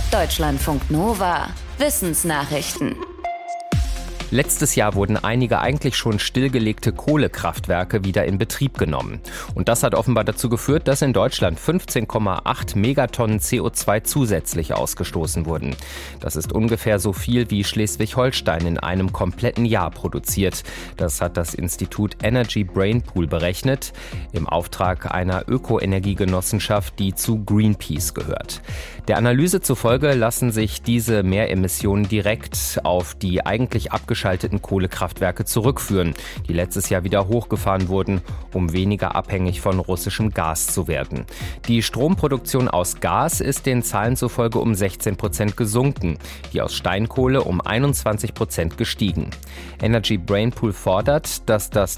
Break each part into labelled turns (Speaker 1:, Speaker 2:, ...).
Speaker 1: Deutschlandfunk Nova. Wissensnachrichten.
Speaker 2: Letztes Jahr wurden einige eigentlich schon stillgelegte Kohlekraftwerke wieder in Betrieb genommen. Und das hat offenbar dazu geführt, dass in Deutschland 15,8 Megatonnen CO2 zusätzlich ausgestoßen wurden. Das ist ungefähr so viel, wie Schleswig-Holstein in einem kompletten Jahr produziert. Das hat das Institut Energy Brain Pool berechnet, im Auftrag einer Ökoenergiegenossenschaft, die zu Greenpeace gehört. Der Analyse zufolge lassen sich diese Mehremissionen direkt auf die eigentlich abgeschalteten Kohlekraftwerke zurückführen, die letztes Jahr wieder hochgefahren wurden, um weniger abhängig von russischem Gas zu werden. Die Stromproduktion aus Gas ist den Zahlen zufolge um 16% gesunken, die aus Steinkohle um 21% gestiegen. Energy Brain Pool fordert, dass das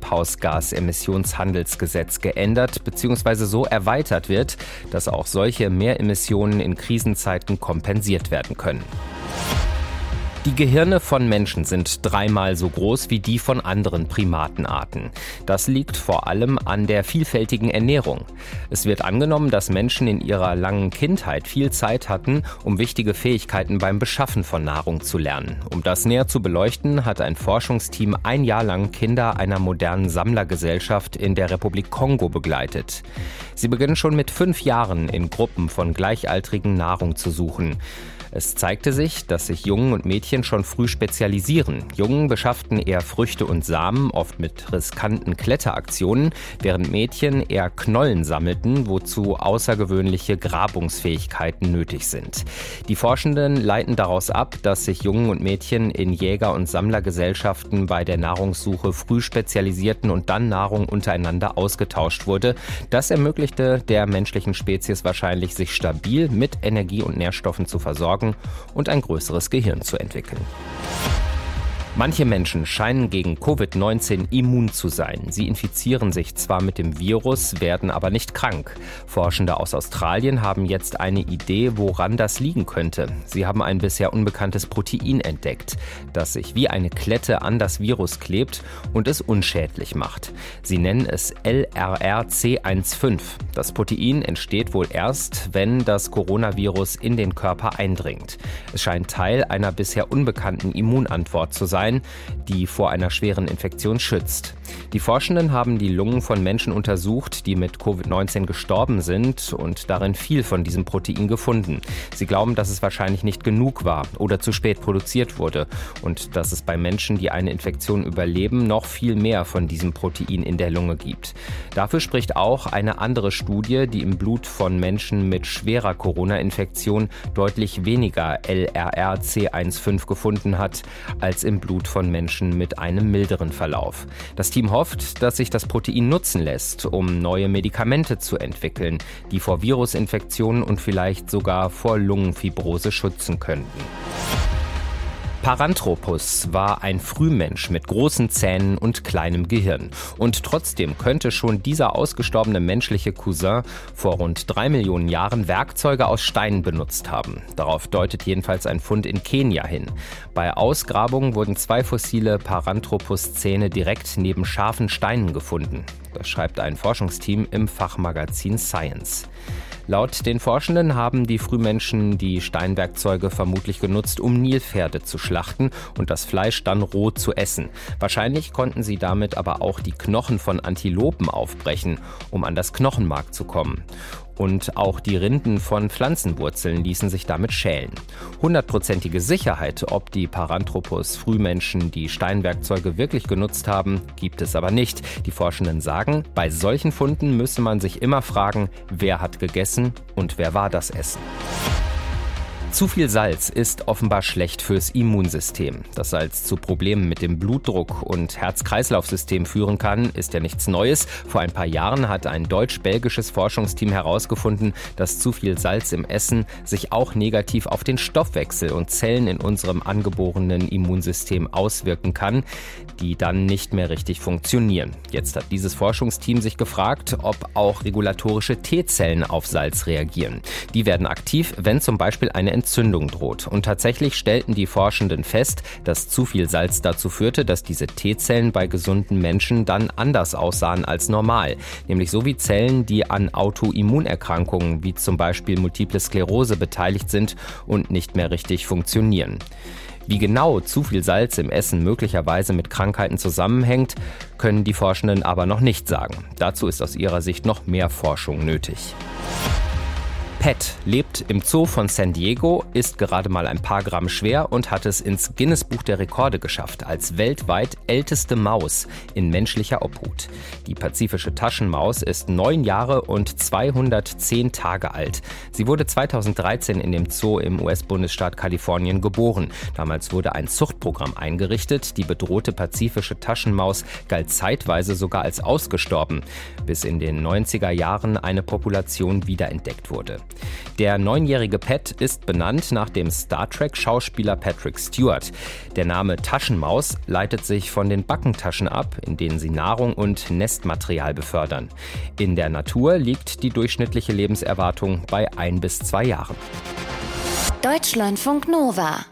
Speaker 2: Treibhausgasemissionshandelsgesetz geändert bzw. so erweitert wird, dass auch solche Mehremissionen in Krisenzeiten kompensiert werden können. Die Gehirne von Menschen sind 3-mal so groß wie die von anderen Primatenarten. Das liegt vor allem an der vielfältigen Ernährung. Es wird angenommen, dass Menschen in ihrer langen Kindheit viel Zeit hatten, um wichtige Fähigkeiten beim Beschaffen von Nahrung zu lernen. Um das näher zu beleuchten, hat ein Forschungsteam 1 Jahr lang Kinder einer modernen Sammlergesellschaft in der Republik Kongo begleitet. Sie beginnen schon mit 5 Jahren in Gruppen von Gleichaltrigen Nahrung zu suchen. Es zeigte sich, dass sich Jungen und Mädchen schon früh spezialisieren. Jungen beschafften eher Früchte und Samen, oft mit riskanten Kletteraktionen, während Mädchen eher Knollen sammelten, wozu außergewöhnliche Grabungsfähigkeiten nötig sind. Die Forschenden leiten daraus ab, dass sich Jungen und Mädchen in Jäger- und Sammlergesellschaften bei der Nahrungssuche früh spezialisierten und dann Nahrung untereinander ausgetauscht wurde. Das ermöglichte der menschlichen Spezies wahrscheinlich, sich stabil mit Energie und Nährstoffen zu versorgen und ein größeres Gehirn zu entwickeln. Manche Menschen scheinen gegen Covid-19 immun zu sein. Sie infizieren sich zwar mit dem Virus, werden aber nicht krank. Forschende aus Australien haben jetzt eine Idee, woran das liegen könnte. Sie haben ein bisher unbekanntes Protein entdeckt, das sich wie eine Klette an das Virus klebt und es unschädlich macht. Sie nennen es LRRC15. Das Protein entsteht wohl erst, wenn das Coronavirus in den Körper eindringt. Es scheint Teil einer bisher unbekannten Immunantwort zu sein, die vor einer schweren Infektion schützt. Die Forschenden haben die Lungen von Menschen untersucht, die mit Covid-19 gestorben sind und darin viel von diesem Protein gefunden. Sie glauben, dass es wahrscheinlich nicht genug war oder zu spät produziert wurde und dass es bei Menschen, die eine Infektion überleben, noch viel mehr von diesem Protein in der Lunge gibt. Dafür spricht auch eine andere Studie, die im Blut von Menschen mit schwerer Corona-Infektion deutlich weniger LRRC15 gefunden hat, als im Blut von Menschen mit einem milderen Verlauf. Das Team hofft, dass sich das Protein nutzen lässt, um neue Medikamente zu entwickeln, die vor Virusinfektionen und vielleicht sogar vor Lungenfibrose schützen könnten. Paranthropus war ein Frühmensch mit großen Zähnen und kleinem Gehirn. Und trotzdem könnte schon dieser ausgestorbene menschliche Cousin vor rund 3 Millionen Jahren Werkzeuge aus Stein benutzt haben. Darauf deutet jedenfalls ein Fund in Kenia hin. Bei Ausgrabungen wurden 2 fossile Paranthropus-Zähne direkt neben scharfen Steinen gefunden. Das schreibt ein Forschungsteam im Fachmagazin Science. Laut den Forschenden haben die Frühmenschen die Steinwerkzeuge vermutlich genutzt, um Nilpferde zu schlachten und das Fleisch dann roh zu essen. Wahrscheinlich konnten sie damit aber auch die Knochen von Antilopen aufbrechen, um an das Knochenmark zu kommen. Und auch die Rinden von Pflanzenwurzeln ließen sich damit schälen. 100%ige Sicherheit, ob die Paranthropus-Frühmenschen die Steinwerkzeuge wirklich genutzt haben, gibt es aber nicht. Die Forschenden sagen, bei solchen Funden müsse man sich immer fragen, wer hat gegessen und wer war das Essen. Zu viel Salz ist offenbar schlecht fürs Immunsystem. Dass Salz zu Problemen mit dem Blutdruck und Herz-Kreislauf-System führen kann, ist ja nichts Neues. Vor ein paar Jahren hat ein deutsch-belgisches Forschungsteam herausgefunden, dass zu viel Salz im Essen sich auch negativ auf den Stoffwechsel und Zellen in unserem angeborenen Immunsystem auswirken kann, die dann nicht mehr richtig funktionieren. Jetzt hat dieses Forschungsteam sich gefragt, ob auch regulatorische T-Zellen auf Salz reagieren. Die werden aktiv, wenn zum Beispiel eine Entzündung droht. Und tatsächlich stellten die Forschenden fest, dass zu viel Salz dazu führte, dass diese T-Zellen bei gesunden Menschen dann anders aussahen als normal. Nämlich so wie Zellen, die an Autoimmunerkrankungen wie zum Beispiel Multiple Sklerose beteiligt sind und nicht mehr richtig funktionieren. Wie genau zu viel Salz im Essen möglicherweise mit Krankheiten zusammenhängt, können die Forschenden aber noch nicht sagen. Dazu ist aus ihrer Sicht noch mehr Forschung nötig. Pat lebt im Zoo von San Diego, ist gerade mal ein paar Gramm schwer und hat es ins Guinness-Buch der Rekorde geschafft, als weltweit älteste Maus in menschlicher Obhut. Die pazifische Taschenmaus ist 9 Jahre und 210 Tage alt. Sie wurde 2013 in dem Zoo im US-Bundesstaat Kalifornien geboren. Damals wurde ein Zuchtprogramm eingerichtet. Die bedrohte pazifische Taschenmaus galt zeitweise sogar als ausgestorben, bis in den 90er Jahren eine Population wiederentdeckt wurde. Der 9-jährige Pat ist benannt nach dem Star-Trek-Schauspieler Patrick Stewart. Der Name Taschenmaus leitet sich von den Backentaschen ab, in denen sie Nahrung und Nestmaterial befördern. In der Natur liegt die durchschnittliche Lebenserwartung bei 1 bis 2 Jahren.
Speaker 1: Deutschlandfunk Nova